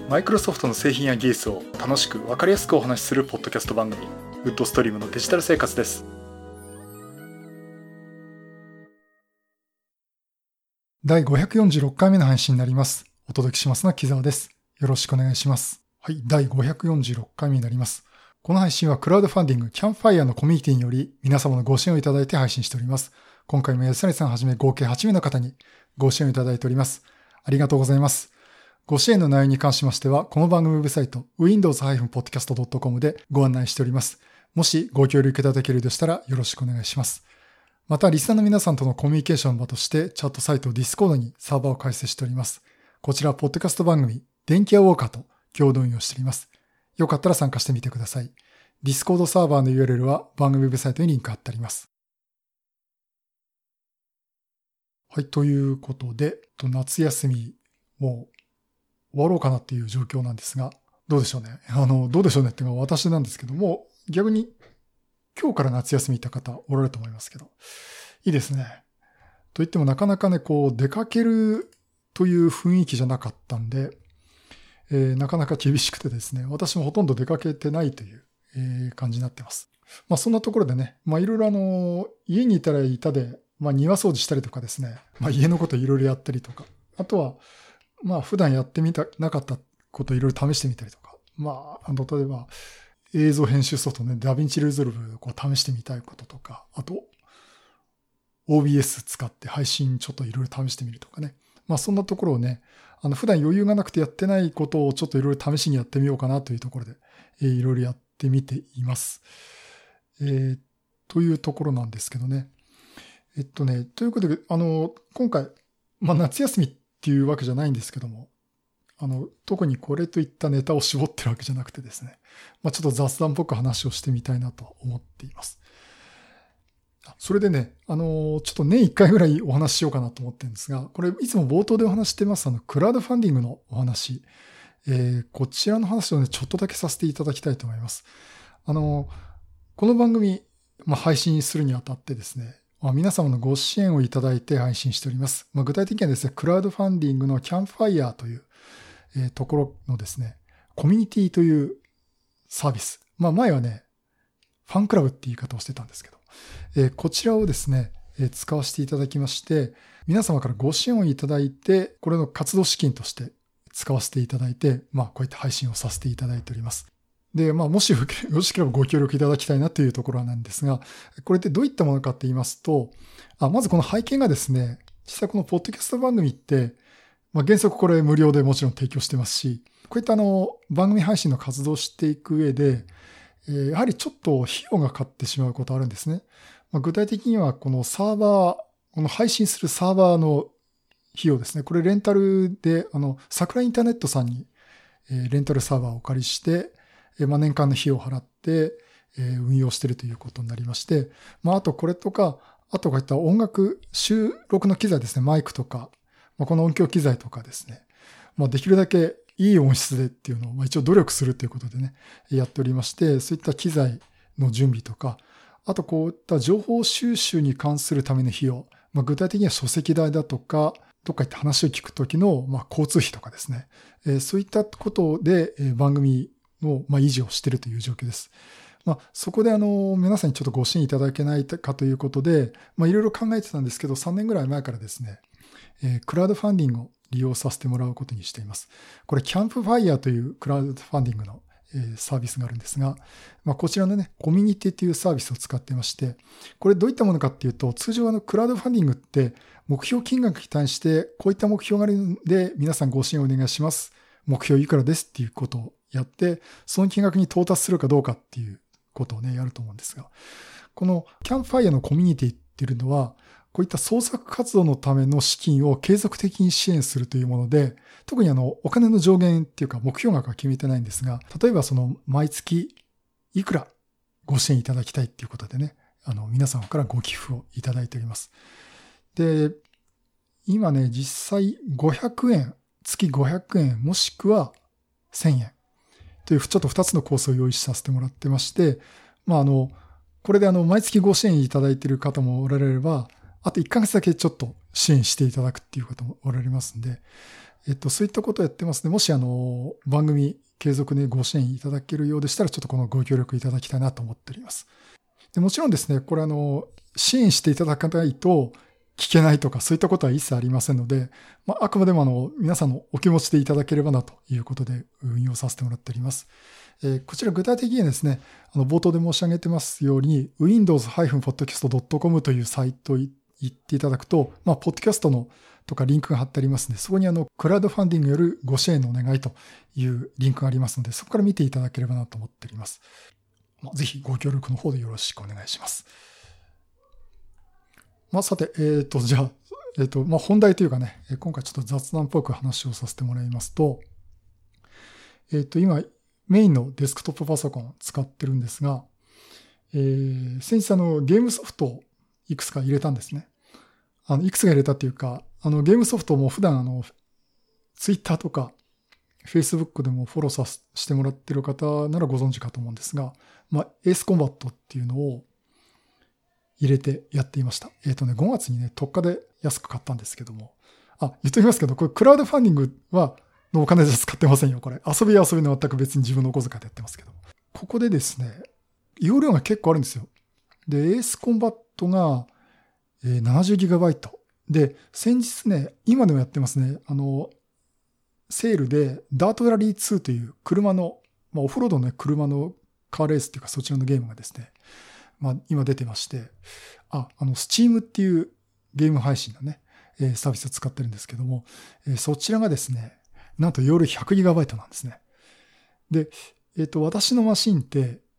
マイクロソフトの製品や技術を楽しく分かりやすくお話しするポッドキャスト番組、ウッドストリームのデジタル生活です。 第546回目の配信になります。お届けしますのは木澤です。よろしくお願いします。はい、第546回目になります。この配信はクラウドファンディングキャンプファイヤーのコミュニティにより皆様のご支援をいただいて配信しております。今回も安成さんはじめ合計8名の方にご支援をいただいております。ありがとうございます。ご支援の内容に関しましては、この番組ウェブサイト windows-podcast.com でご案内しております。もしご協力いただけるでしたらよろしくお願いします。また、リスナーの皆さんとのコミュニケーション場としてチャットサイト Discord にサーバーを開設しております。こちら、ポッドキャスト番組、電気屋ウォーカーと共同運用しております。よかったら参加してみてください。Discord サーバーの URL は番組ウェブサイトにリンク貼ってあります。はい、ということで、夏休みもう終わろうかなっていう状況なんですが、どうでしょうね。どうでしょうねっていうのは私なんですけども、逆に今日から夏休み行った方おられると思いますけど、いいですね。といってもなかなかね、出かけるという雰囲気じゃなかったんで、なかなか厳しくてですね、私もほとんど出かけてないという、感じになってます。まあそんなところでね、まあいろいろ家にいたらいたで、まあ庭掃除したりとかですね、まあ家のこといろいろやったりとか、あとは、まあ普段やってみたなかったことをいろいろ試してみたりとか、まあ例えば映像編集ソフトね、ダヴィンチリゾルブを試してみたいこととか、あと OBS 使って配信ちょっといろいろ試してみるとかね。まあそんなところをね、普段余裕がなくてやってないことをちょっといろいろ試しにやってみようかなというところで、いろいろやってみています。というところなんですけどね。ということで、今回、まあ夏休みっていうわけじゃないんですけども、特にこれといったネタを絞ってるわけじゃなくてですね、まあちょっと雑談っぽく話をしてみたいなと思っています。それでね、ちょっと年1回ぐらいお話ししようかなと思ってるんですが、これいつも冒頭でお話してます、クラウドファンディングのお話、こちらの話をね、ちょっとだけさせていただきたいと思います。この番組、まあ、配信するにあたってですね、まあ、皆様のご支援をいただいて配信しております。まあ、具体的にはですね、クラウドファンディングのキャンプファイヤーという、ところのですね、コミュニティというサービス。まあ前はね、ファンクラブって言い方をしてたんですけど、こちらをですね、使わせていただきまして、皆様からご支援をいただいて、これの活動資金として使わせていただいて、まあこうやって配信をさせていただいております。で、まあもしよろしければご協力いただきたいなというところなんですが、これってどういったものかって言いますと、まずこの背景がですね、実際このポッドキャスト番組って、まあ、原則これ無料でもちろん提供してますし、こういった番組配信の活動をしていく上で、やはりちょっと費用がかかってしまうことあるんですね。まあ、具体的にはこのサーバー、この配信するサーバーの費用ですね。これレンタルで、桜インターネットさんに、レンタルサーバーをお借りして、まあ、年間の費用を払って、運用しているということになりまして、まあ、あとこれとか、あとこういった音楽収録の機材ですね。マイクとか、まあ、この音響機材とかですね。まあ、できるだけいい音質でっていうのを、まあ、一応努力するということでね、やっておりまして、そういった機材の準備とか、あとこういった情報収集に関するための費用、まあ、具体的には書籍代だとか、どっか行って話を聞くときの、まあ、交通費とかですね。そういったことで、番組の、まあ、維持をしているという状況です。まあ、そこで皆さんにちょっとご支援いただけないかということで、まあ、いろいろ考えてたんですけど、3年ぐらい前からですね、クラウドファンディングを利用させてもらうことにしています。これ、キャンプファイヤーというクラウドファンディングのサービスがあるんですが、まあ、こちらのね、コミュニティというサービスを使ってまして、これどういったものかっていうと、通常クラウドファンディングって目標金額に対して、こういった目標があるので、皆さんご支援をお願いします。目標いくらですっていうことをやって、その金額に到達するかどうかっていうことをね、やると思うんですが、このキャンプファイヤーのコミュニティっていうのは、こういった創作活動のための資金を継続的に支援するというもので、特にお金の上限っていうか目標額は決めてないんですが、例えば毎月いくらご支援いただきたいっていうことでね、皆様からご寄付をいただいております。で、今ね、実際500円、月500円もしくは1000円というちょっと2つのコースを用意させてもらってまして、まあこれで毎月ご支援いただいている方もおられれば、あと1ヶ月だけちょっと支援していただくっていう方もおられますんで、 そういったことをやってますので、もし番組継続でご支援いただけるようでしたら、ちょっとこのご協力いただきたいなと思っております。でもちろんですね、これ支援していただかないと聞けないとかそういったことは一切ありませんので、あくまでも皆さんのお気持ちでいただければなということで運用させてもらっております。こちら具体的にはですね、冒頭で申し上げてますように windows-podcast.com というサイトに行っていただくと、ポッドキャストのとかリンクが貼ってありますので、そこにクラウドファンディングによるご支援のお願いというリンクがありますので、そこから見ていただければなと思っております。ぜひご協力の方でよろしくお願いします。さて、じゃあ、本題というかね、今回ちょっと雑談っぽく話をさせてもらいますと、今、メインのデスクトップパソコンを使ってるんですが、先日ゲームソフトをいくつか入れたんですね。いくつか入れたっていうか、ゲームソフトも普段ツイッターとか Facebook でもフォローしてもらってる方ならご存知かと思うんですが、エースコンバットっていうのを入れてやっていました。5月にね、特価で安く買ったんですけども。言っときますけど、これクラウドファンディングのお金じゃ使ってませんよ、これ。遊びは遊びの全く別に自分のお小遣いでやってますけど。ここでですね、容量が結構あるんですよ。で、エースコンバットが 70GB。で、先日ね、今でもやってますね、セールでダートラリー2という車の、オフロードの、ね、車のカーレースっていうかそちらのゲームがですね、今出てまして、Steam っていうゲーム配信のね、サービスを使ってるんですけども、そちらがですね、なんと容量 100GB なんですね。で、私のマシンって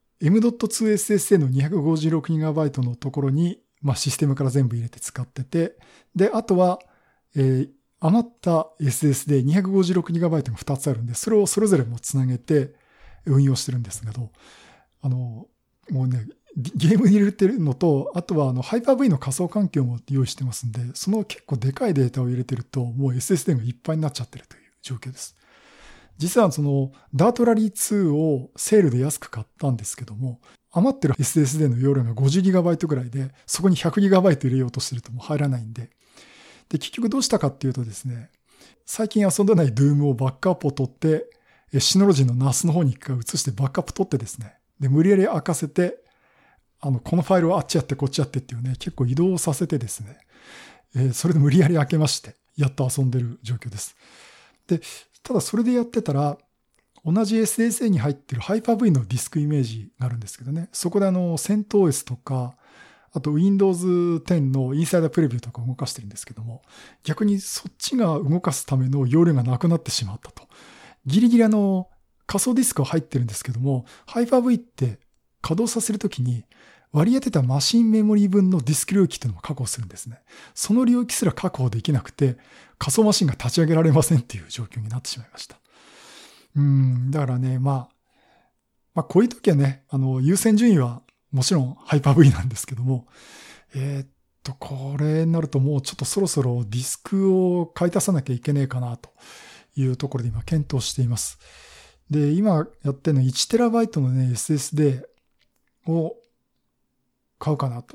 M.2 SSD の 256GB のところに、システムから全部入れて使ってて、で、あとは、余った SSD 256GB が2つあるんで、それをそれぞれもつなげて運用してるんですけど、もうね、ゲームに入れてるのと、あとはHyper-V の仮想環境も用意してますんで、その結構でかいデータを入れてると、もう SSD がいっぱいになっちゃってるという状況です。実はダートラリー2をセールで安く買ったんですけども、余ってる SSD の容量が 50GB ぐらいで、そこに 100GB 入れようとしてるともう入らないんで、で、結局どうしたかっていうとですね、最近遊んでない Doom をバックアップを取って、シノロジーの NAS の方に一回移してバックアップ取ってですね、で、無理やり開かせて、このファイルをあっちやってこっちやってっていうね、結構移動させてですね、それで無理やり開けまして、やっと遊んでる状況です。で、ただそれでやってたら、同じ SSD に入ってる Hyper-V のディスクイメージがあるんですけどね、そこでCentOS とか、あと Windows 10のインサイダープレビューとか動かしてるんですけども、逆にそっちが動かすための容量がなくなってしまったと。ギリギリ仮想ディスクは入ってるんですけども、Hyper-V って稼働させるときに割り当てたマシンメモリー分のディスク領域っていうのも確保するんですね。その領域すら確保できなくて、仮想マシンが立ち上げられませんっていう状況になってしまいました。だからね、こういう時はね、優先順位はもちろん Hyper-V なんですけども、これになるともうちょっとそろそろディスクを買い足さなきゃいけねえかなというところで今検討しています。で、今やってるの 1TB のね、SSD を買うかなと。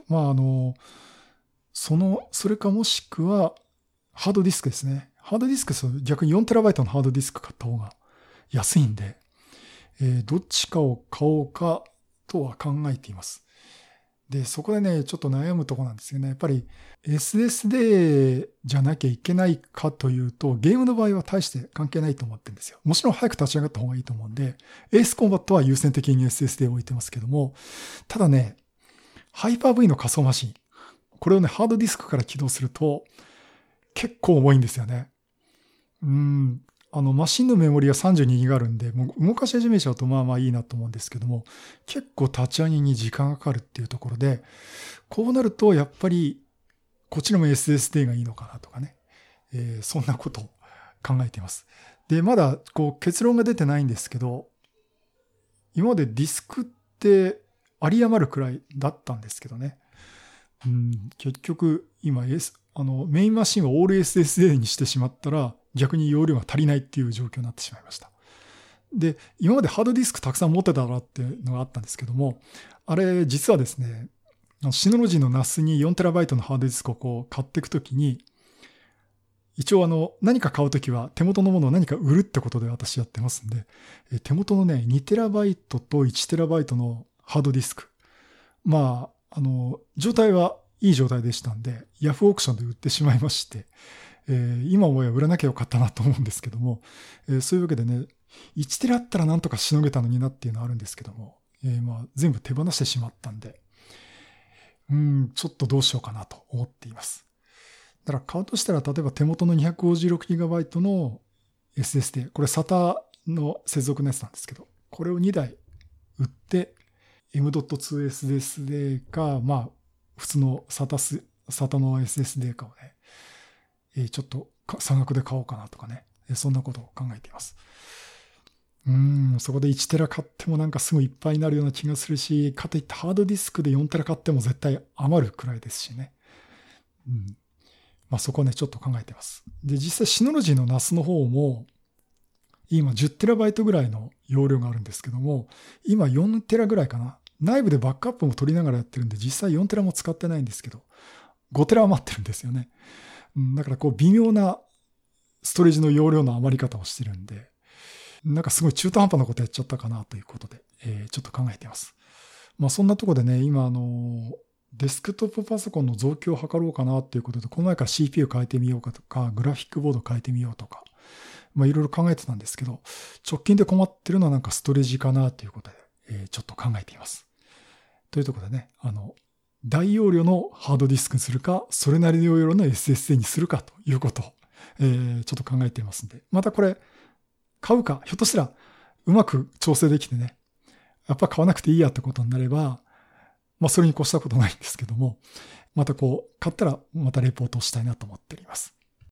それかもしくはハードディスクですね。ハードディスクです逆に 4TB のハードディスク買った方が安いんで、どっちかを買おうかとは考えています。で、そこでね、ちょっと悩むところなんですよね。やっぱり SSD じゃなきゃいけないかというと、ゲームの場合は大して関係ないと思ってるんですよ。もちろん早く立ち上がった方がいいと思うんで、エースコンバットは優先的に SSD を置いてますけども、ただね、Hyper-V の仮想マシン、これをね、ハードディスクから起動すると、結構重いんですよね。マシンのメモリは 32GB あるんで、もう動かし始めちゃうとまあいいなと思うんですけども、結構立ち上げに時間がかかるっていうところで、こうなるとやっぱりこっちのも SSD がいいのかなとかね、そんなことを考えています。で、まだ結論が出てないんですけど、今までディスクって有り余るくらいだったんですけどね。結局今、メインマシンをオール SSD にしてしまったら逆に容量が足りないっていう状況になってしまいました。で、今までハードディスクたくさん持ってたなっていうのがあったんですけども、あれ実はですね、シノロジーのNASに 4TB のハードディスクを買っていくときに、 一応何か買うときは手元のものを何か売るってことで私やってますんで、手元のね、2TB と 1TB のハードディスク。状態はいい状態でしたんで、ヤフーオークションで売ってしまいまして、今思えば売らなきゃよかったなと思うんですけども、そういうわけでね、1テラあったらなんとかしのげたのになっていうのはあるんですけども、全部手放してしまったんで、ちょっとどうしようかなと思っています。だから買うとしたら、例えば手元の 256GB の SSD、これ SATA の接続のやつなんですけど、これを2台売って、M.2 SSD か、普通の SATA の SSD かをね、ちょっと差額で買おうかなとかね、そんなことを考えています。そこで1テラ買ってもなんかすぐいっぱいになるような気がするし、かといってハードディスクで4テラ買っても絶対余るくらいですしね。そこをね、ちょっと考えてます。で、実際シノロジーの NAS の方も、今10テラバイトぐらいの容量があるんですけども、今4テラぐらいかな。内部でバックアップも取りながらやってるんで、実際4テラも使ってないんですけど、5テラ余ってるんですよね。だから微妙なストレージの容量の余り方をしてるんで、なんかすごい中途半端なことやっちゃったかなということで、ちょっと考えています。そんなところでね、今デスクトップパソコンの増強を図ろうかなっていうことで、この前から CPU 変えてみようかとか、グラフィックボード変えてみようとか、いろいろ考えてたんですけど、直近で困ってるのはなんかストレージかなということで、ちょっと考えています。というところでね、大容量のハードディスクにするか、それなりの容量の SSD にするかということを、ちょっと考えていますんで、またこれ、買うか、ひょっとしたらうまく調整できてね、やっぱ買わなくていいやってことになれば、それに越したことないんですけども、また買ったらまたレポートをしたいなと思っております。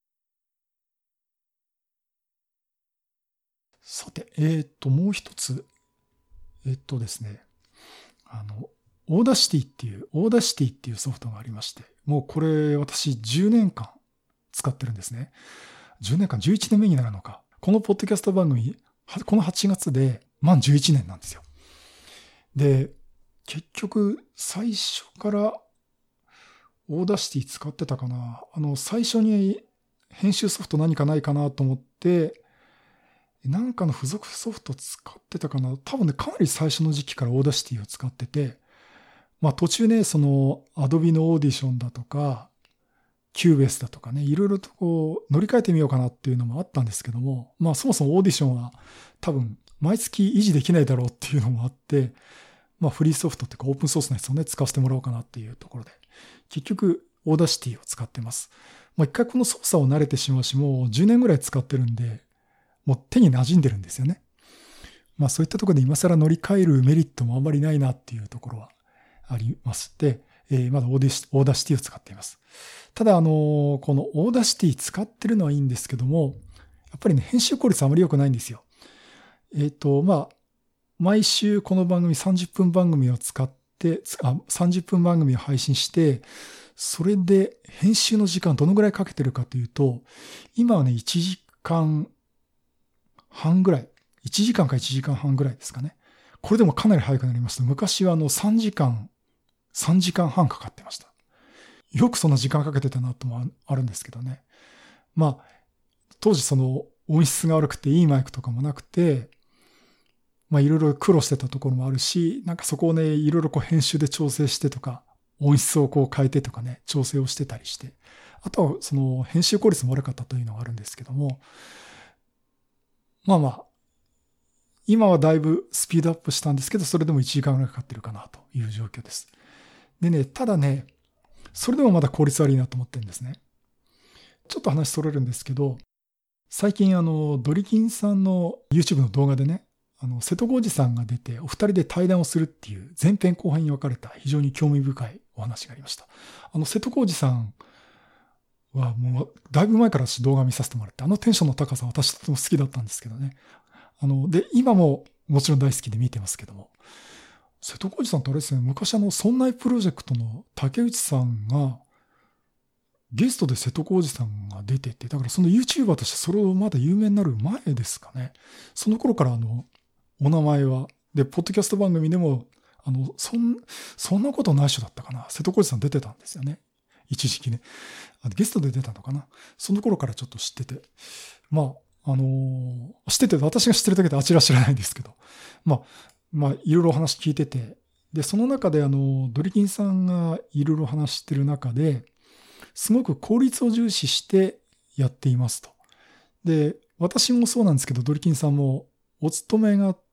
さて、もう一つ、ですね、オーダーシティっていうソフトがありまして、もうこれ私10年間使ってるんですね。10年間、11年目になるのか。このポッドキャスト番組、この8月で満11年なんですよ。で、結局、最初からオーダーシティ使ってたかな。最初に編集ソフト何かないかなと思って、なんかの付属ソフト使ってたかな。多分ね、かなり最初の時期からオーダーシティを使ってて、途中ね、Adobe のオーディションだとか、Cubase だとかね、いろいろと乗り換えてみようかなっていうのもあったんですけども、そもそもオーディションは多分毎月維持できないだろうっていうのもあって、フリーソフトっていうかオープンソースのやつをね、使わせてもらおうかなっていうところで、結局オーダーシティを使ってます。一回この操作を慣れてしまうし、もう10年ぐらい使ってるんで、もう手に馴染んでるんですよね。そういったところで今更乗り換えるメリットもあんまりないなっていうところはありまして、まだオーダーシティを使っています。ただ、このオーダーシティ使ってるのはいいんですけども、やっぱりね、編集効率あまり良くないんですよ。毎週この番組30分番組を使って、30分番組を配信して、それで編集の時間どのぐらいかけてるかというと、今はね、1時間半ぐらい、1時間か1時間半ぐらいですかね。これでもかなり早くなりました。昔は3時間半かかってました。よくそんな時間かけてたなともあるんですけどね。当時音質が悪くていいマイクとかもなくて、いろいろ苦労してたところもあるし、なんかそこをね、いろいろ編集で調整してとか、音質を変えてとかね、調整をしてたりして、あとは編集効率も悪かったというのがあるんですけども、今はだいぶスピードアップしたんですけど、それでも1時間ぐらいかかってるかなという状況です。でね、ただね、それでもまだ効率悪いなと思ってるんですね。ちょっと話それるんですけど、最近ドリキンさんの YouTube の動画でね、瀬戸康史さんが出てお二人で対談をするっていう前編後編に分かれた非常に興味深いお話がありました。瀬戸康史さんはもうだいぶ前から私動画見させてもらって、テンションの高さ私とても好きだったんですけどね。で、今ももちろん大好きで見てますけども、瀬戸康史さんってあれですね、昔そんないプロジェクトの竹内さんがゲストで瀬戸康史さんが出てて、だからその YouTuber としてそれをまだ有名になる前ですかね。その頃からお名前は、で、ポッドキャスト番組でも、そんなことない人だったかな。瀬戸康史さん出てたんですよね。 一時期ね。ゲストで出たのかな。その頃からちょっと知ってて。知ってて、私が知ってるだけであちら知らないんですけど。いろいろお話聞いてて。で、その中でドリキンさんがいろいろ話してる中で、すごく効率を重視してやっていますと。で、私もそうなんですけど、ドリキンさんもお勤めがあって、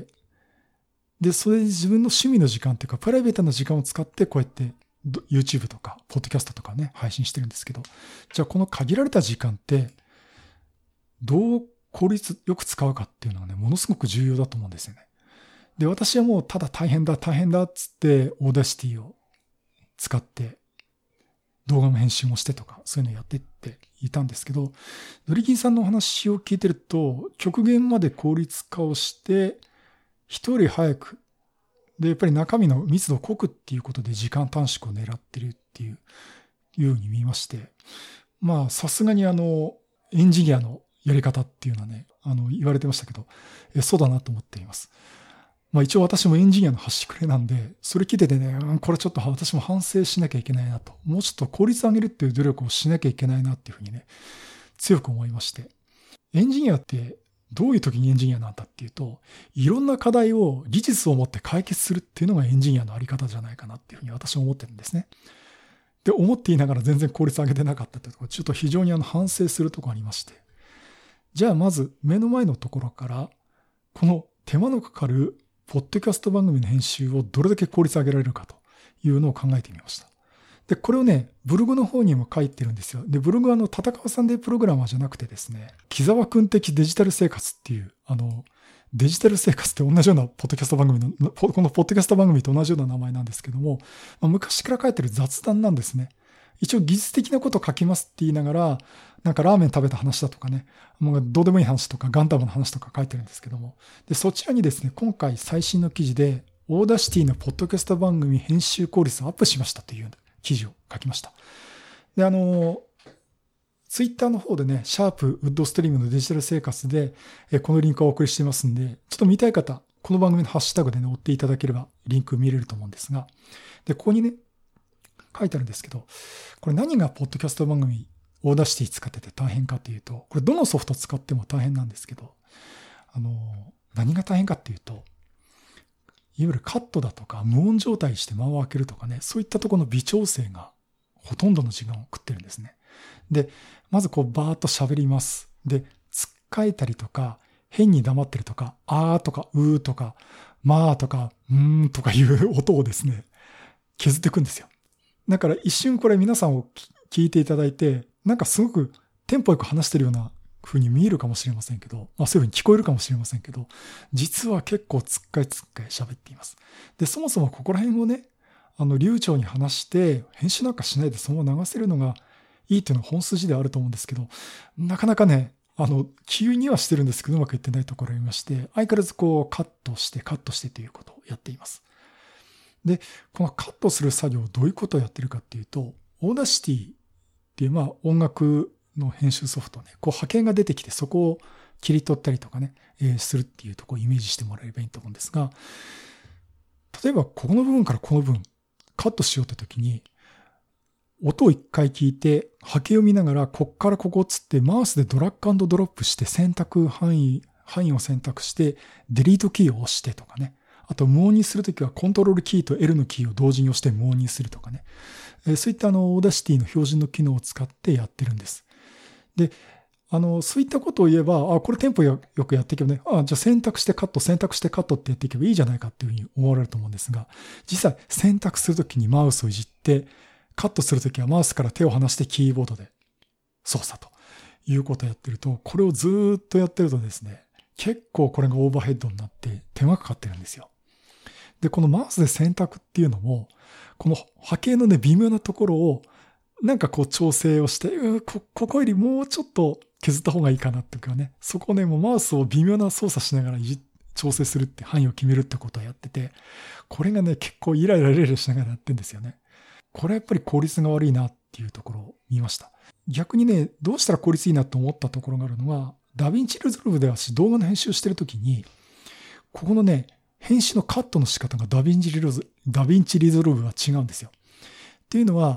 で、それで自分の趣味の時間っていうか、プライベートな時間を使ってこうやって YouTube とか、ポッドキャストとかね、配信してるんですけど、じゃあこの限られた時間って、どう効率よく使うかっていうのはね、ものすごく重要だと思うんですよね。で、私はもうただ大変だっつって、オーダーシティを使って、動画の編集もしてとか、そういうのやってっていたんですけど、ドリキンさんのお話を聞いてると、極限まで効率化をして、人より早く、で、やっぱり中身の密度を濃くっていうことで時間短縮を狙ってるっていうように見まして、さすがにエンジニアのやり方っていうのはね、言われてましたけど、そうだなと思っています。一応私もエンジニアの端くれなんで、それ聞いててね、これちょっと私も反省しなきゃいけないなと。もうちょっと効率上げるっていう努力をしなきゃいけないなっていうふうにね、強く思いまして。エンジニアってどういう時にエンジニアなんだっていうと、いろんな課題を技術を持って解決するっていうのがエンジニアのあり方じゃないかなっていうふうに私は思ってるんですね。で、思っていながら全然効率上げてなかったというところ、ちょっと非常に反省するところありまして。じゃあまず目の前のところから、この手間のかかるポッドキャスト番組の編集をどれだけ効率上げられるかというのを考えてみました。で、これをね、ブログの方にも書いてるんですよ。で、ブログは戦川サンデープログラマーじゃなくてですね、木沢くん的デジタル生活っていう、デジタル生活って同じようなポッドキャスト番組の、このポッドキャスト番組と同じような名前なんですけども、昔から書いてる雑談なんですね。一応技術的なこと書きますって言いながら、なんかラーメン食べた話だとかね、もうどうでもいい話とかガンダムの話とか書いてるんですけども、で、そちらにですね、今回最新の記事で、オーダーシティのポッドキャスト番組編集効率をアップしましたという記事を書きました。で、ツイッターの方でね、シャープウッドストリームのデジタル生活で、このリンクをお送りしてますんで、ちょっと見たい方、この番組のハッシュタグでね、追っていただければリンク見れると思うんですが、で、ここにね、書いてあるんですけど、これ何がポッドキャスト番組オーダーシティ使ってて大変かっていうと、これどのソフト使っても大変なんですけど、何が大変かっていうと、いわゆるカットだとか無音状態して間を空けるとかね、そういったところの微調整がほとんどの時間を食ってるんですね。で、まずこうバーッと喋ります。で、つっかえたりとか、変に黙ってるとか、あーとかうーとか、まーとか、とかいう音をですね、削っていくんですよ。だから一瞬これ皆さんを聞いていただいて、なんかすごくテンポよく話してるような風に見えるかもしれませんけど、そういう風に聞こえるかもしれませんけど、実は結構つっかえ喋っています。で、そもそもここら辺をね、流暢に話して、編集なんかしないでそのまま流せるのがいいっていうのが本筋ではあると思うんですけど、なかなかね、急にはしてるんですけど、うまくいってないところがありまして、相変わらずこうカットしてということをやっています。で、このカットする作業、どういうことをやってるかっていうと、オーダーシティっていう音楽の編集ソフトね、こう波形が出てきてそこを切り取ったりとかね、するっていうところをイメージしてもらえればいいと思うんですが、例えばこの部分からこの部分、カットしようって時に、音を一回聞いて、波形を見ながら、こっからここをつって、マウスでドラッグ&ドロップして選択範囲を選択して、デリートキーを押してとかね。あと、無音にするときは、コントロールキーと L のキーを同時に押して無音にするとかね。そういったオーダーシティの標準の機能を使ってやってるんです。で、そういったことを言えば、これテンポよくやっていけばね、じゃあ選択してカットってやっていけばいいじゃないかっていうふうに思われると思うんですが、実際選択するときにマウスをいじって、カットするときはマウスから手を離してキーボードで操作ということをやってると、これをずーっとやってるとですね、結構これがオーバーヘッドになって手間かかってるんですよ。で、このマウスで選択っていうのも、この波形のね、微妙なところをなんかこう調整をして、ここよりもうちょっと削った方がいいかなっていうかね、そこをね、もうマウスを微妙な操作しながら調整するって範囲を決めるってことをやってて、これがね、結構イライラしながらやってるんですよね。これはやっぱり効率が悪いなっていうところを見ました。逆にね、どうしたら効率いいなと思ったところがあるのは、ダヴィンチリゾルブでは動画の編集してるときに、ここのね、編集のカットの仕方がダヴィンチリゾルブは違うんですよ。っていうのは、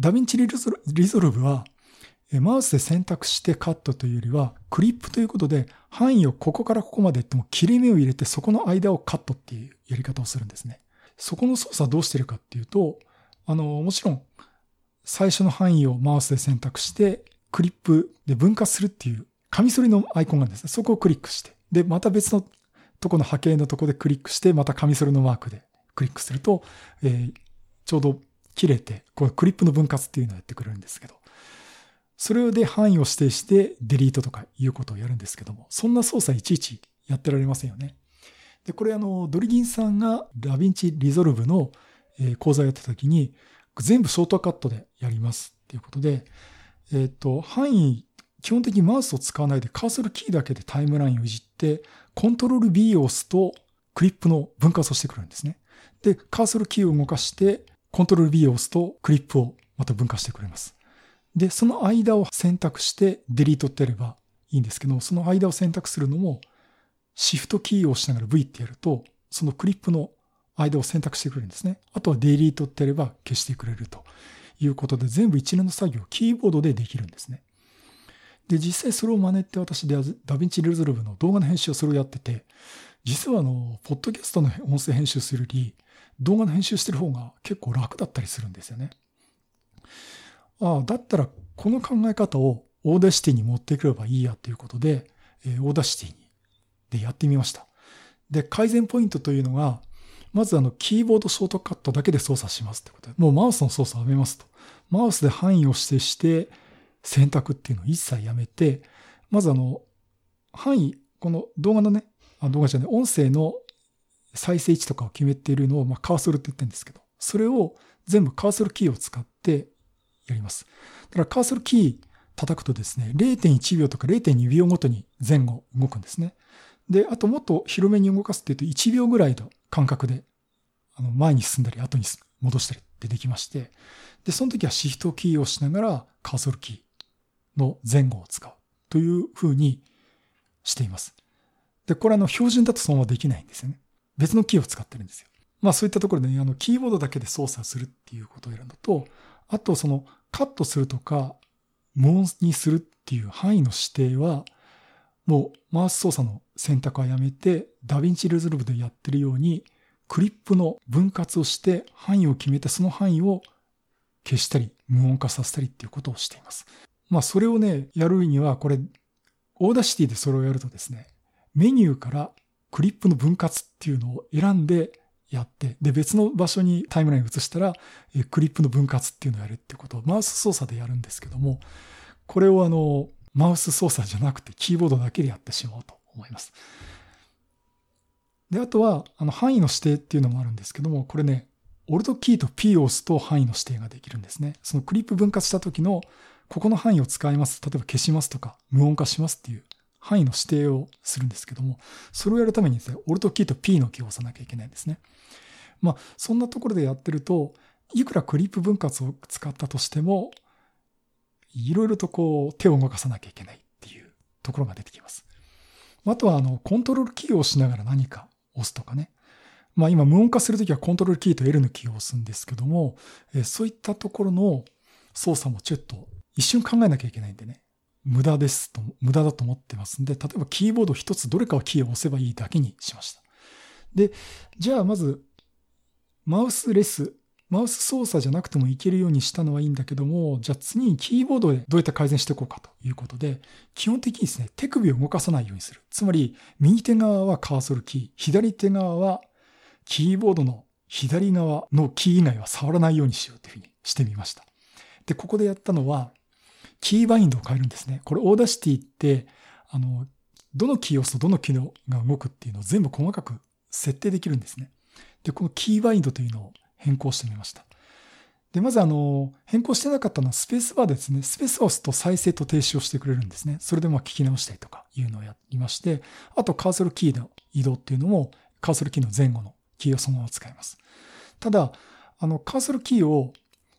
ダヴィンチリゾルブは、マウスで選択してカットというよりは、クリップということで、範囲をここからここまでっても切れ目を入れて、そこの間をカットっていうやり方をするんですね。そこの操作はどうしてるかっていうと、もちろん、最初の範囲をマウスで選択して、クリップで分割するっていう、カミソリのアイコンがあるんですね。そこをクリックして、で、また別のとこの波形のとこでクリックして、またカミソリのマークでクリックすると、ちょうど切れて、これクリップの分割っていうのをやってくれるんですけど、それで範囲を指定してデリートとかいうことをやるんですけども、そんな操作いちいちやってられませんよね。で、これドリギンさんがダヴィンチリゾルブの講座をやってた時に、全部ショートカットでやりますっていうことで、範囲、基本的にマウスを使わないでカーソルキーだけでタイムラインをいじって、コントロール B を押すとクリップの分割をしてくるんですね。で、カーソルキーを動かして、コントロール B を押すとクリップをまた分割してくれます。で、その間を選択してデリートってやればいいんですけど、その間を選択するのも、シフトキーを押しながら V ってやると、そのクリップの間を選択してくれるんですね。あとはデリートってやれば消してくれるということで、全部一連の作業をキーボードでできるんですね。で、実際それを真似て私ダヴィンチリゾルブの動画の編集をそれをやってて、実はポッドキャストの音声編集するより、動画の編集してる方が結構楽だったりするんですよね。だったらこの考え方をオーダーシティに持ってくればいいやということで、オーダーシティでやってみました。で、改善ポイントというのが、まずキーボードショートカットだけで操作しますってことで、もうマウスの操作をやめますと。マウスで範囲を指定して選択っていうのを一切やめて、まず範囲、この動画のね、動画じゃない、音声の再生位置とかを決めているのを、カーソルって言ってるんですけど、それを全部カーソルキーを使ってやります。だからカーソルキー叩くとですね、0.1 秒とか 0.2 秒ごとに前後動くんですね。で、あともっと広めに動かすっていうと1秒ぐらいの間隔で、前に進んだり後に戻したりってできまして、で、その時はシフトキーを押しながらカーソルキーの前後を使うというふうにしています。で、これ標準だとそのままできないんですよね。別のキーを使ってるんですよ。そういったところでね、キーボードだけで操作するっていうことをやるのと、あとカットするとか無音にするっていう範囲の指定は、もうマウス操作の選択はやめて、ダヴィンチリゾルブでやってるように、クリップの分割をして範囲を決めて、その範囲を消したり無音化させたりっていうことをしています。それをね、やるには、これ、オーダーシティでそれをやるとですね、メニューからクリップの分割っていうのを選んでやって、で、別の場所にタイムラインを移したら、クリップの分割っていうのをやるっていうことをマウス操作でやるんですけども、これをマウス操作じゃなくてキーボードだけでやってしまおうと思います。で、あとは、範囲の指定っていうのもあるんですけども、これね、オルトキーと P を押すと範囲の指定ができるんですね。そのクリップ分割した時の、ここの範囲を使います。例えば消しますとか、無音化しますっていう範囲の指定をするんですけども、それをやるためにですね、オルトキーと P のキーを押さなきゃいけないんですね。そんなところでやってると、いくらクリップ分割を使ったとしても、いろいろと手を動かさなきゃいけないっていうところが出てきます。あとはコントロールキーを押しながら何か押すとかね。今無音化するときはコントロールキーと L のキーを押すんですけども、そういったところの操作もちょっと一瞬考えなきゃいけないんでね、無駄だと思ってますんで、例えばキーボード一つどれかをキーを押せばいいだけにしました。で、じゃあまずマウス操作じゃなくてもいけるようにしたのはいいんだけども、じゃあ次にキーボードでどうやって改善していこうかということで、基本的にですね、手首を動かさないようにする。つまり、右手側はカーソルキー、左手側はキーボードの左側のキー以外は触らないようにしようというふうにしてみました。で、ここでやったのは、キーバインドを変えるんですね。これ、オーダーシティって、どのキーを押すとどの機能が動くっていうのを全部細かく設定できるんですね。で、このキーバインドというのを変更してみました。で、まず変更してなかったのはスペースバーですね。スペースバーを押すと再生と停止をしてくれるんですね。それで聞き直したりとかいうのをやりまして、あとカーソルキーの移動っていうのも、カーソルキーの前後のキーをそのまま使います。ただ、カーソルキーを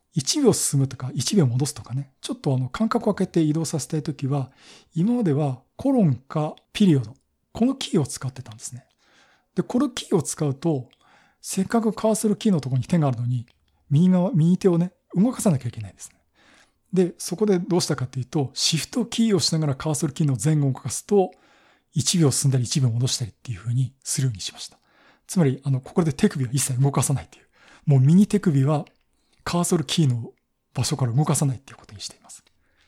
1秒進むとか1秒戻すとかね、ちょっと間隔を空けて移動させたいときは、今まではコロンかピリオド、このキーを使ってたんですね。で、このキーを使うと、せっかくカーソルキーのところに手があるのに、右手をね、 動かさなきゃいけないんですね。で、そこでどうしたかというと、シフトキーをしながらカーソルキーの前後を動かすと、1秒進んだり1秒戻したりっていう風にするようにしました。つまり、ここで手首は一切動かさないという。もう右手首はカーソルキーの場所から動かさないっていうことにしています。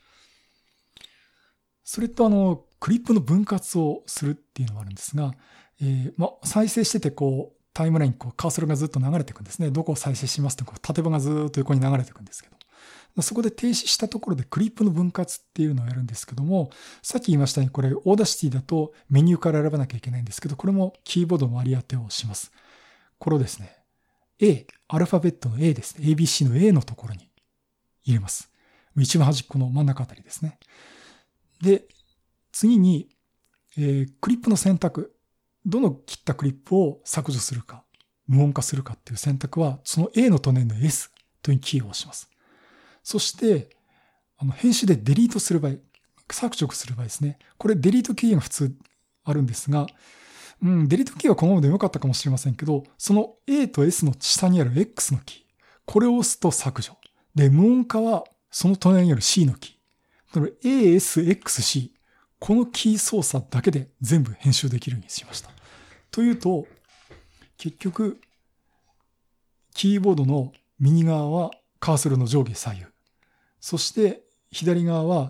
それとクリップの分割をするっていうのがあるんですが、再生しててタイムラインカーソルがずっと流れていくんですね。どこを再生しますと縦棒がずっと横に流れていくんですけど、そこで停止したところでクリップの分割っていうのをやるんですけども、さっき言いましたようにこれオーダーシティだとメニューから選ばなきゃいけないんですけど、これもキーボードの割り当てをします。これをですね、アルファベットの A ですね。ABC の A のところに入れます。一番端っこの真ん中あたりですね。で、次に、クリップの選択。どの切ったクリップを削除するか、無音化するかっていう選択は、その A の隣の S というキーを押します。そして、編集でデリートする場合、削除する場合ですね。これデリートキーが普通あるんですが、デリートキーはこのままで良かったかもしれませんけど、その A と S の下にある X のキー。これを押すと削除。で、無音化はその隣にある C のキー。これ A、S、X、C。このキー操作だけで全部編集できるようにしました。というと、結局、キーボードの右側はカーソルの上下左右。そして左側は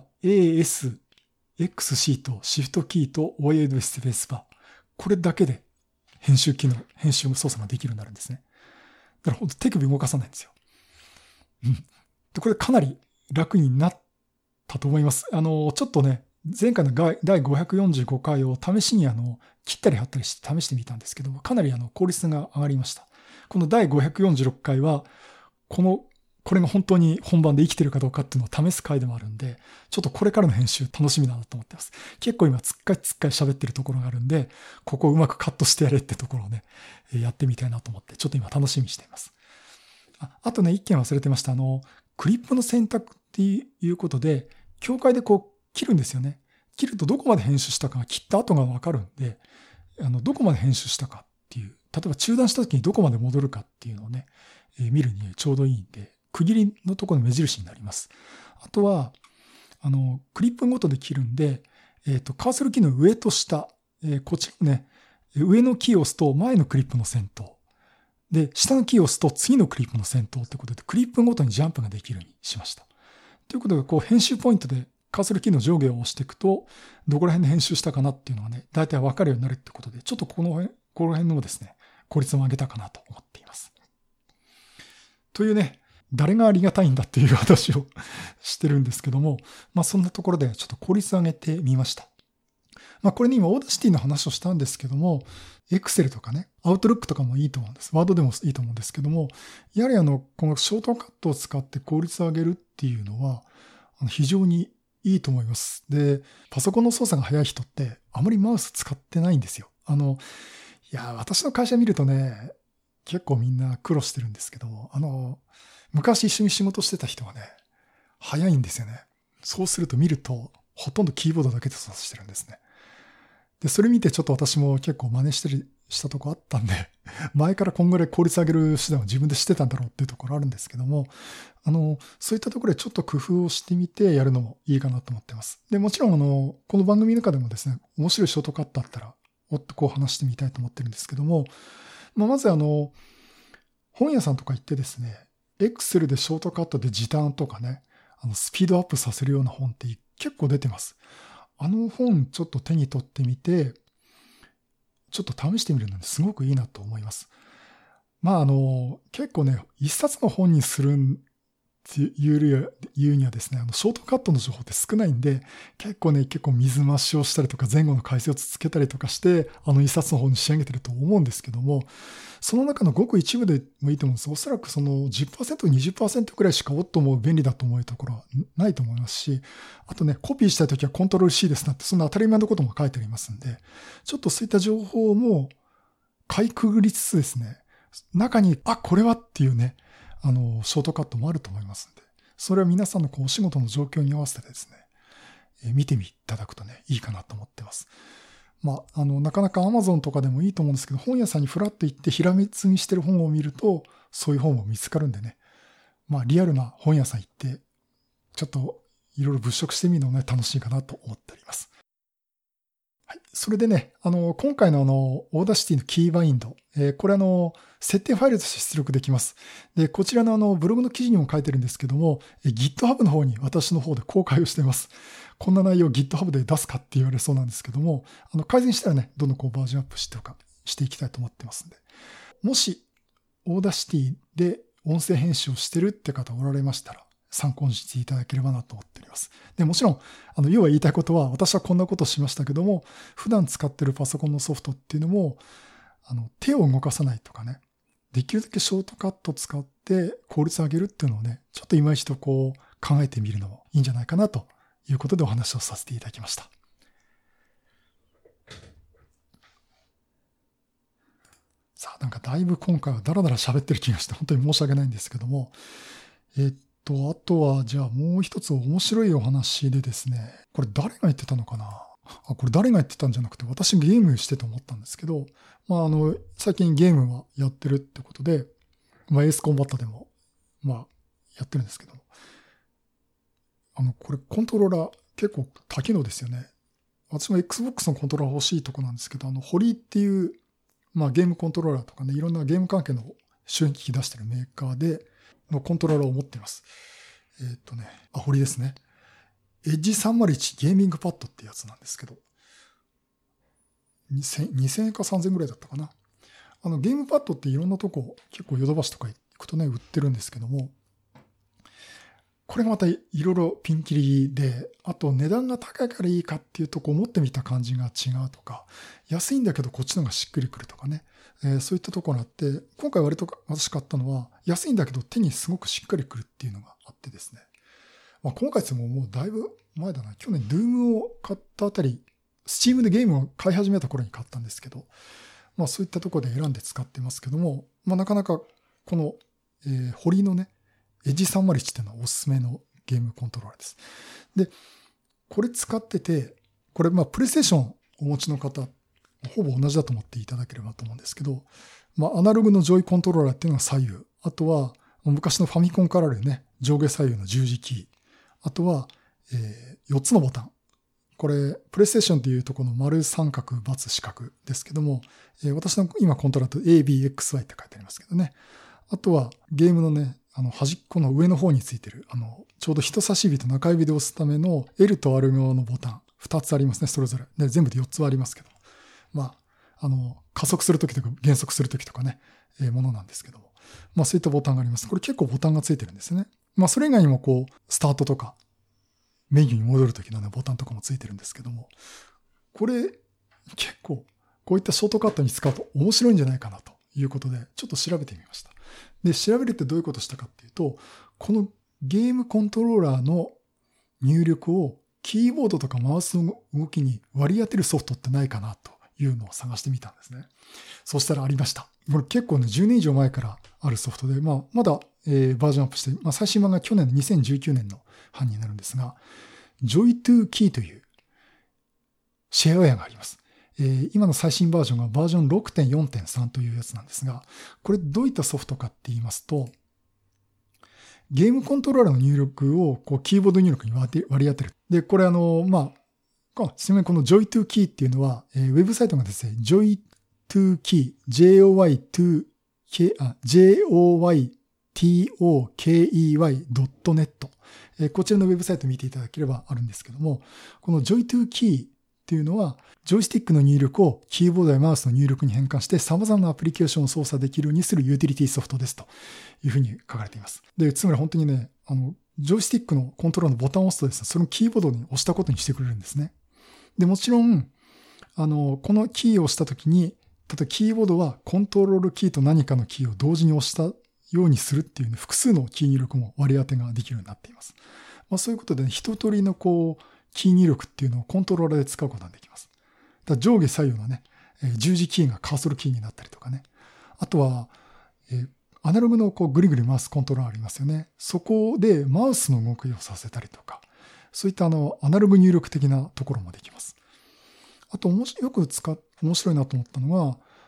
A、S、X、C とシフトキーとワイヤードスペースバー。これだけで編集操作ができるようになるんですね。だから本当手首動かさないんですよ。でこれかなり楽になったと思います。ちょっとね、前回の第545回を試しに切ったり貼ったりして試してみたんですけど、かなり効率が上がりました。この第546回は、これが本当に本番で生きてるかどうかっていうのを試す回でもあるんで、ちょっとこれからの編集楽しみだなと思ってます。結構今つっかい喋ってるところがあるんで、ここをうまくカットしてやれってところをね、やってみたいなと思って、ちょっと今楽しみにしています。あとね、一件忘れてました。クリップの選択っていうことで、境界で切るんですよね。切るとどこまで編集したか、切った後がわかるんで、どこまで編集したかっていう、例えば中断した時にどこまで戻るかっていうのをね、見るにちょうどいいんで、区切りのところの目印になります。あとは、クリップごとで切るんで、カーソルキーの上と下、こっちのね、上のキーを押すと前のクリップの先頭。で、下のキーを押すと次のクリップの先頭ってことで、クリップごとにジャンプができるようにしました。ということで、編集ポイントでカーソルキーの上下を押していくと、どこら辺で編集したかなっていうのがね、大体わかるようになるってことで、ちょっとこの辺のですね、効率を上げたかなと思っています。というね、誰がありがたいんだっていう話をしてるんですけども、そんなところでちょっと効率を上げてみました。これに今オーダーシティの話をしたんですけども、Excel とかね、Outlook とかもいいと思うんです。Word でもいいと思うんですけども、やはりこのショートカットを使って効率を上げるっていうのは、非常にいいと思います。で、パソコンの操作が早い人ってあまりマウス使ってないんですよ。私の会社見るとね、結構みんな苦労してるんですけど、昔一緒に仕事してた人はね、早いんですよね。そうすると見ると、ほとんどキーボードだけで操作してるんですね。で、それ見てちょっと私も結構真似したとこあったんで、前からこんぐらい効率上げる手段を自分でしてたんだろうっていうところあるんですけども、そういったところでちょっと工夫をしてみてやるのもいいかなと思ってます。で、もちろんこの番組の中でもですね、面白いショートカットあったら、話してみたいと思ってるんですけども、まず本屋さんとか行ってですね、Excel でショートカットで時短とかね、スピードアップさせるような本って結構出てます。本ちょっと手に取ってみて、ちょっと試してみるのですごくいいなと思います。結構ね、一冊の本にするっていうにはですね、ショートカットの情報って少ないんで、結構水増しをしたりとか前後の解説をつけたりとかして、一冊の本に仕上げてると思うんですけども、その中のごく一部でもいいと思うんです。おそらくその 10%、20% くらいしか便利だと思うところはないと思いますし、あとね、コピーしたいときはコントロール C ですなって、そんな当たり前のことも書いてありますんで、ちょっとそういった情報もかいくぐりつつですね、中に、これはっていうね、ショートカットもあると思いますんで、それは皆さんのお仕事の状況に合わせてですね、見ていただくとね、いいかなと思ってます。なかなか Amazon とかでもいいと思うんですけど、本屋さんにフラッと行ってひらめつみしてる本を見ると、そういう本も見つかるんでね、 リアルな本屋さん行って、ちょっといろいろ物色してみるのもね、楽しいかなと思っております。はい。それでね、今回のオーダーシティのキーバインド、これ設定ファイルとして出力できます。で、こちらのブログの記事にも書いてるんですけども、GitHub の方に私の方で公開をしています。こんな内容を GitHub で出すかって言われそうなんですけども、改善したらね、どんどんバージョンアップしていきたいと思ってますんで。もし、オーダーシティで音声編集をしてるって方おられましたら、参考にしていただければなと思っております。で、もちろん、要は言いたいことは、私はこんなことをしましたけども、普段使ってるパソコンのソフトっていうのも、手を動かさないとかね、できるだけショートカットを使って効率を上げるっていうのをね、ちょっと今一度考えてみるのもいいんじゃないかなということでお話をさせていただきました。さあ、なんかだいぶ今回はダラダラ喋ってる気がして本当に申し訳ないんですけども、あとは、じゃあもう一つ面白いお話でですね、これ誰が言ってたのかな？これ誰が言ってたんじゃなくて、私ゲームしてと思ったんですけど、最近ゲームはやってるってことで、エースコンバットでも、やってるんですけど、これコントローラー結構多機能ですよね。私も Xbox のコントローラー欲しいとこなんですけど、ホリーっていう、ゲームコントローラーとかね、いろんなゲーム関係の周辺機器出してるメーカーで、のコントローラーを持っています。ホリですね。エッジ301ゲーミングパッドってやつなんですけど、2000円か3000円ぐらいだったかな。ゲームパッドっていろんなとこ、結構ヨドバシとか行くとね、売ってるんですけども、これがまたいろいろピンキリで、あと値段が高いからいいかっていうと、持ってみた感じが違うとか、安いんだけどこっちの方がしっくりくるとかね、そういったところがあって、今回割と私買ったのは、安いんだけど手にすごくしっかりくるっていうのがあってですね。今回でももうだいぶ前だな。去年 Doom を買ったあたり、Steam でゲームを買い始めた頃に買ったんですけど、そういったところで選んで使ってますけども、なかなかこの、ホリのね、エッジ301っていうのはおすすめのゲームコントローラーです。で、これ使ってて、これプレイステーションお持ちの方、ほぼ同じだと思っていただければと思うんですけど、アナログのジョイコントローラーっていうのが左右。あとは、昔のファミコンからあるね、上下左右の十字キー。あとは、4つのボタン。これ、プレイステーションっていうところの丸三角×四角ですけども、私の今コントローラーと ABXY って書いてありますけどね。あとは、ゲームのね、端っこの上の方についてる、ちょうど人差し指と中指で押すための L と R 側のボタン、2つありますね、それぞれ。で、全部で4つはありますけど。加速するときとか減速するときとかね、ものなんですけども。そういったボタンがあります。これ結構ボタンがついてるんですね。それ以外にもスタートとか、メニューに戻るときのね、ボタンとかもついてるんですけども。これ、結構、こういったショートカットに使うと面白いんじゃないかなということで、ちょっと調べてみました。で、調べるってどういうことしたかっていうと、このゲームコントローラーの入力をキーボードとかマウスの動きに割り当てるソフトってないかなというのを探してみたんですね。そしたらありました。これ結構ね、10年以上前からあるソフトで、まだ、バージョンアップして、最新版が去年の2019年の版になるんですが、Joy2Key というシェアウェアがあります。今の最新バージョンがバージョン 6.4.3 というやつなんですが、これどういったソフトかって言いますと、ゲームコントローラーの入力をキーボード入力に割り当てる。で、これちなみにこの Joy2Key っていうのは、ウェブサイトがですね、Joy2Key、joytokey.net、こちらのウェブサイトを見ていただければあるんですけども、この Joy2Keyっていうのは、ジョイスティックの入力をキーボードやマウスの入力に変換して様々なアプリケーションを操作できるようにするユーティリティソフトですというふうに書かれています。で、つまり本当にね、ジョイスティックのコントローラーのボタンを押すとですね、そのキーボードに押したことにしてくれるんですね。で、もちろん、このキーを押したときに、例えばキーボードはコントロールキーと何かのキーを同時に押したようにするっていうね、複数のキー入力も割り当てができるようになっています。そういうことで、ね、一通りのキー入力っていうのをコントローラーで使うことができます。だ上下左右のね、十字キーがカーソルキーになったりとかね。あとは、アナログのぐりぐり回すコントローラーありますよね。そこでマウスの動きをさせたりとか、そういったアナログ入力的なところもできます。あと、面白いなと思ったのは、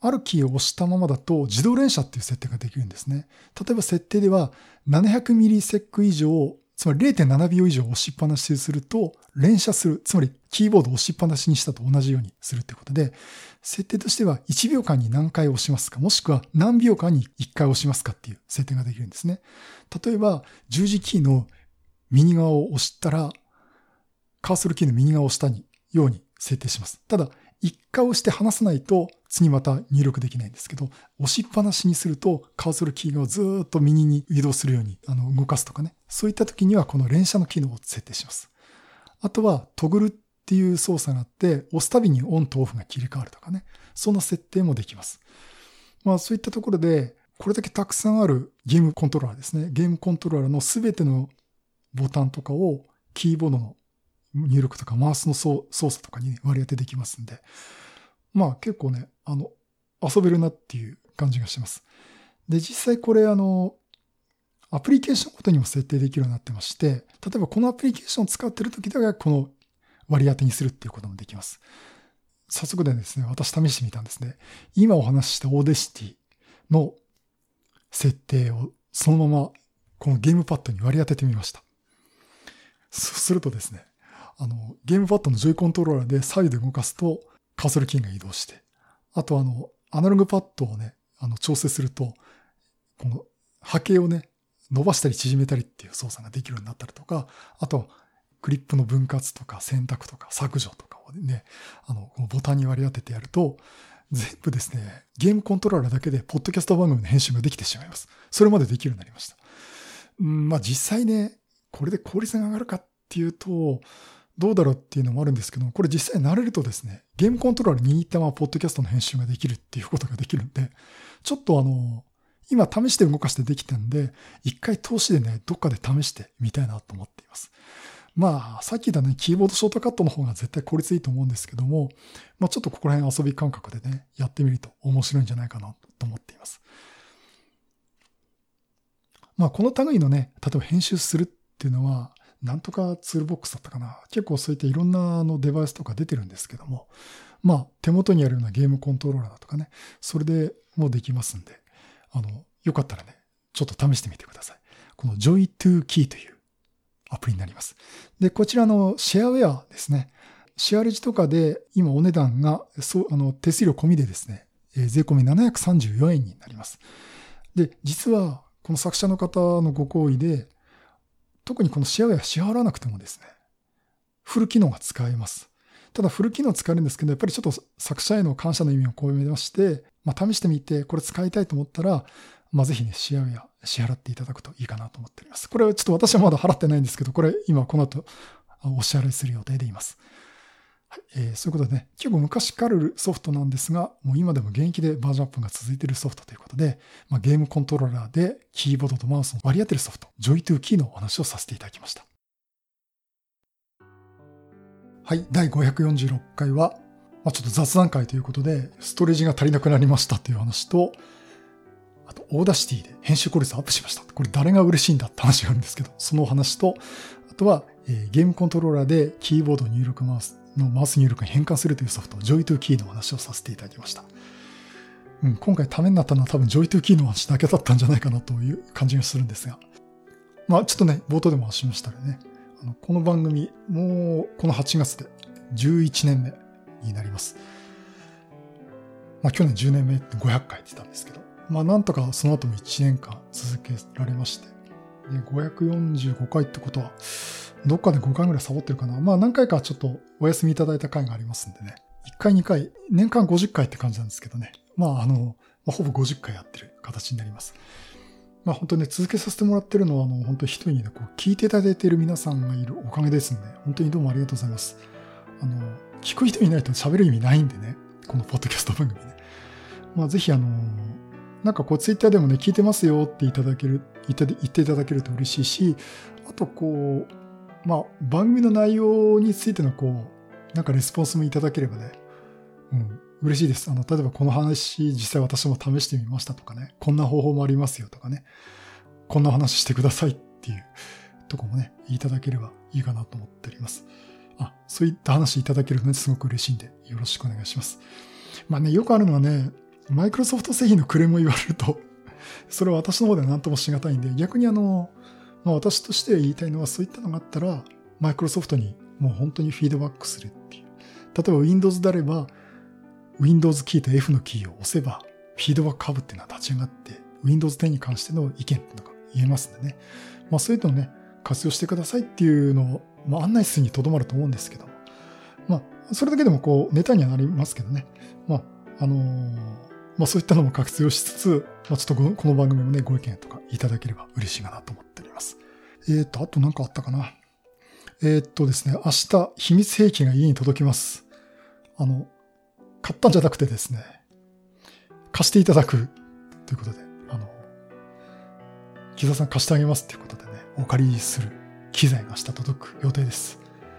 あるキーを押したままだと自動連射っていう設定ができるんですね。例えば設定では700ミリセック以上、つまり 0.7 秒以上押しっぱなしにすると連射する。つまりキーボードを押しっぱなしにしたと同じようにするということで、設定としては1秒間に何回押しますか、もしくは何秒間に1回押しますかっていう設定ができるんですね。例えば十字キーの右側を押したら、カーソルキーの右側を押したように設定します。ただ、一回押して離さないと次また入力できないんですけど、押しっぱなしにするとカーソルキーがずーっと右に移動するように動かすとかね。そういった時にはこの連射の機能を設定します。あとはトグルっていう操作があって、押すたびにオンとオフが切り替わるとかね。そんな設定もできます。そういったところで、これだけたくさんあるゲームコントローラーですね。ゲームコントローラーのすべてのボタンとかをキーボードの入力とかマウスの操作とかに割り当てできますんで、結構ね、遊べるなっていう感じがします。で、実際これアプリケーションごとにも設定できるようになってまして、例えばこのアプリケーションを使っている時だけこの割り当てにするっていうこともできます。早速でですね、私試してみたんですね。今お話ししたオーデシティの設定をそのままこのゲームパッドに割り当ててみました。そうするとですね、ゲームパッドのジョイコントローラーで左右で動かすとカーソルキーが移動して、あとアナログパッドをね、調整すると、この波形をね、伸ばしたり縮めたりっていう操作ができるようになったりとか、あと、クリップの分割とか選択とか削除とかをね、このボタンに割り当ててやると、全部ですね、ゲームコントローラーだけで、ポッドキャスト番組の編集ができてしまいます。それまでできるようになりました。実際ね、これで効率が上がるかっていうと、どうだろうっていうのもあるんですけど、これ実際慣れるとですね、ゲームコントローラーに握ったままポッドキャストの編集ができるっていうことができるんで、ちょっと今試して動かしてできたんで、一回通しでね、どっかで試してみたいなと思っています。さっき言ったね、キーボードショートカットの方が絶対効率いいと思うんですけども、ちょっとここら辺遊び感覚でね、やってみると面白いんじゃないかなと思っています。この類のね、例えば編集するっていうのは、なんとかツールボックスだったかな。結構そういったいろんなデバイスとか出てるんですけども、手元にあるようなゲームコントローラーだとかね、それでもうできますんで、よかったらね、ちょっと試してみてください。この Joy2Key というアプリになります。で、こちらのシェアウェアですね。シェアレジとかで今お値段が手数料込みでですね、税込み734円になります。で、実はこの作者の方のご好意で、特にこのシェアウェア支払わなくてもですね、フル機能が使えます。ただフル機能使えるんですけど、やっぱりちょっと作者への感謝の意味を込めまして、試してみてこれ使いたいと思ったら、ぜひね、シェアウェア支払っていただくといいかなと思っております。これはちょっと私はまだ払ってないんですけど、これ今この後お支払いする予定でいます。はい、そういうことでね、結構昔からあるソフトなんですが、もう今でも現役でバージョンアップが続いているソフトということで、ゲームコントローラーでキーボードとマウスを割り当てるソフト、Joy2Key のお話をさせていただきました。はい、第546回は、ちょっと雑談会ということで、ストレージが足りなくなりましたという話と、あと、オーダーシティで編集効率アップしました。これ誰が嬉しいんだって話があるんですけど、そのお話と、あとは、ゲームコントローラーでキーボード入力マウスのマウス入力に変換するというソフト、Joy2Key のお話をさせていただきました。今回ためになったのは多分 Joy2Key の話だけだったんじゃないかなという感じがするんですが、ちょっとね、冒頭でも話しましたけどね、この番組、もうこの8月で11年目になります。去年10年目って500回って言ったんですけど、なんとかその後も1年間続けられまして、で545回ってことは、どっかで5回ぐらいサボってるかな。何回かちょっとお休みいただいた回がありますんでね。1回2回、年間50回って感じなんですけどね。ほぼ50回やってる形になります。本当にね、続けさせてもらってるのは、本当一人にね、聞いていただいている皆さんがいるおかげですんで、本当にどうもありがとうございます。聞く人いないと喋る意味ないんでね、このポッドキャスト番組ね。ぜひツイッターでもね、聞いてますよって言っていただけると嬉しいし、あと番組の内容についてのレスポンスもいただければね、嬉しいです。例えばこの話、実際私も試してみましたとかね、こんな方法もありますよとかね、こんな話してくださいっていうとこもね、いただければいいかなと思っております。そういった話いただけるのですごく嬉しいんで、よろしくお願いします。よくあるのはね、 マイクロソフト製品のクレームを言われると、それは私の方では何ともしがたいんで、逆に私として言いたいのは、そういったのがあったら、マイクロソフトにもう本当にフィードバックするっていう。例えば Windows であれば、Windows キーと F のキーを押せば、フィードバックハブっていうのは立ち上がって、Windows 10に関しての意見っていうのが言えますんでね。そういうのをね、活用してくださいっていうのを、案内するにとどまると思うんですけども。それだけでもネタにはなりますけどね。そういったのも活用しつつ、ちょっとこの番組もね、ご意見とかいただければ嬉しいかなと思っております。あと何かあったかな。ですね、明日、秘密兵器が家に届きます。買ったんじゃなくてですね、貸していただくということで、木澤さん貸してあげますということでね、お借りする機材が明日届く予定です。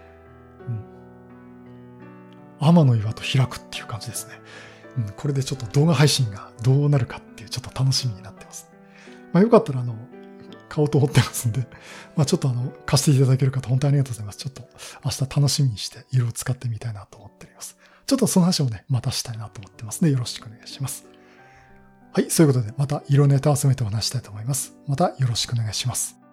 天の岩と開くっていう感じですね。これでちょっと動画配信がどうなるかっていうちょっと楽しみになってます。よかったら買おうと思ってますんで、ちょっと貸していただける方本当にありがとうございます。ちょっと明日楽しみにして色を使ってみたいなと思っております。ちょっとその話をね、またしたいなと思ってますので、よろしくお願いします。はい、そういうことでまた色ネタを集めてお話したいと思います。またよろしくお願いします。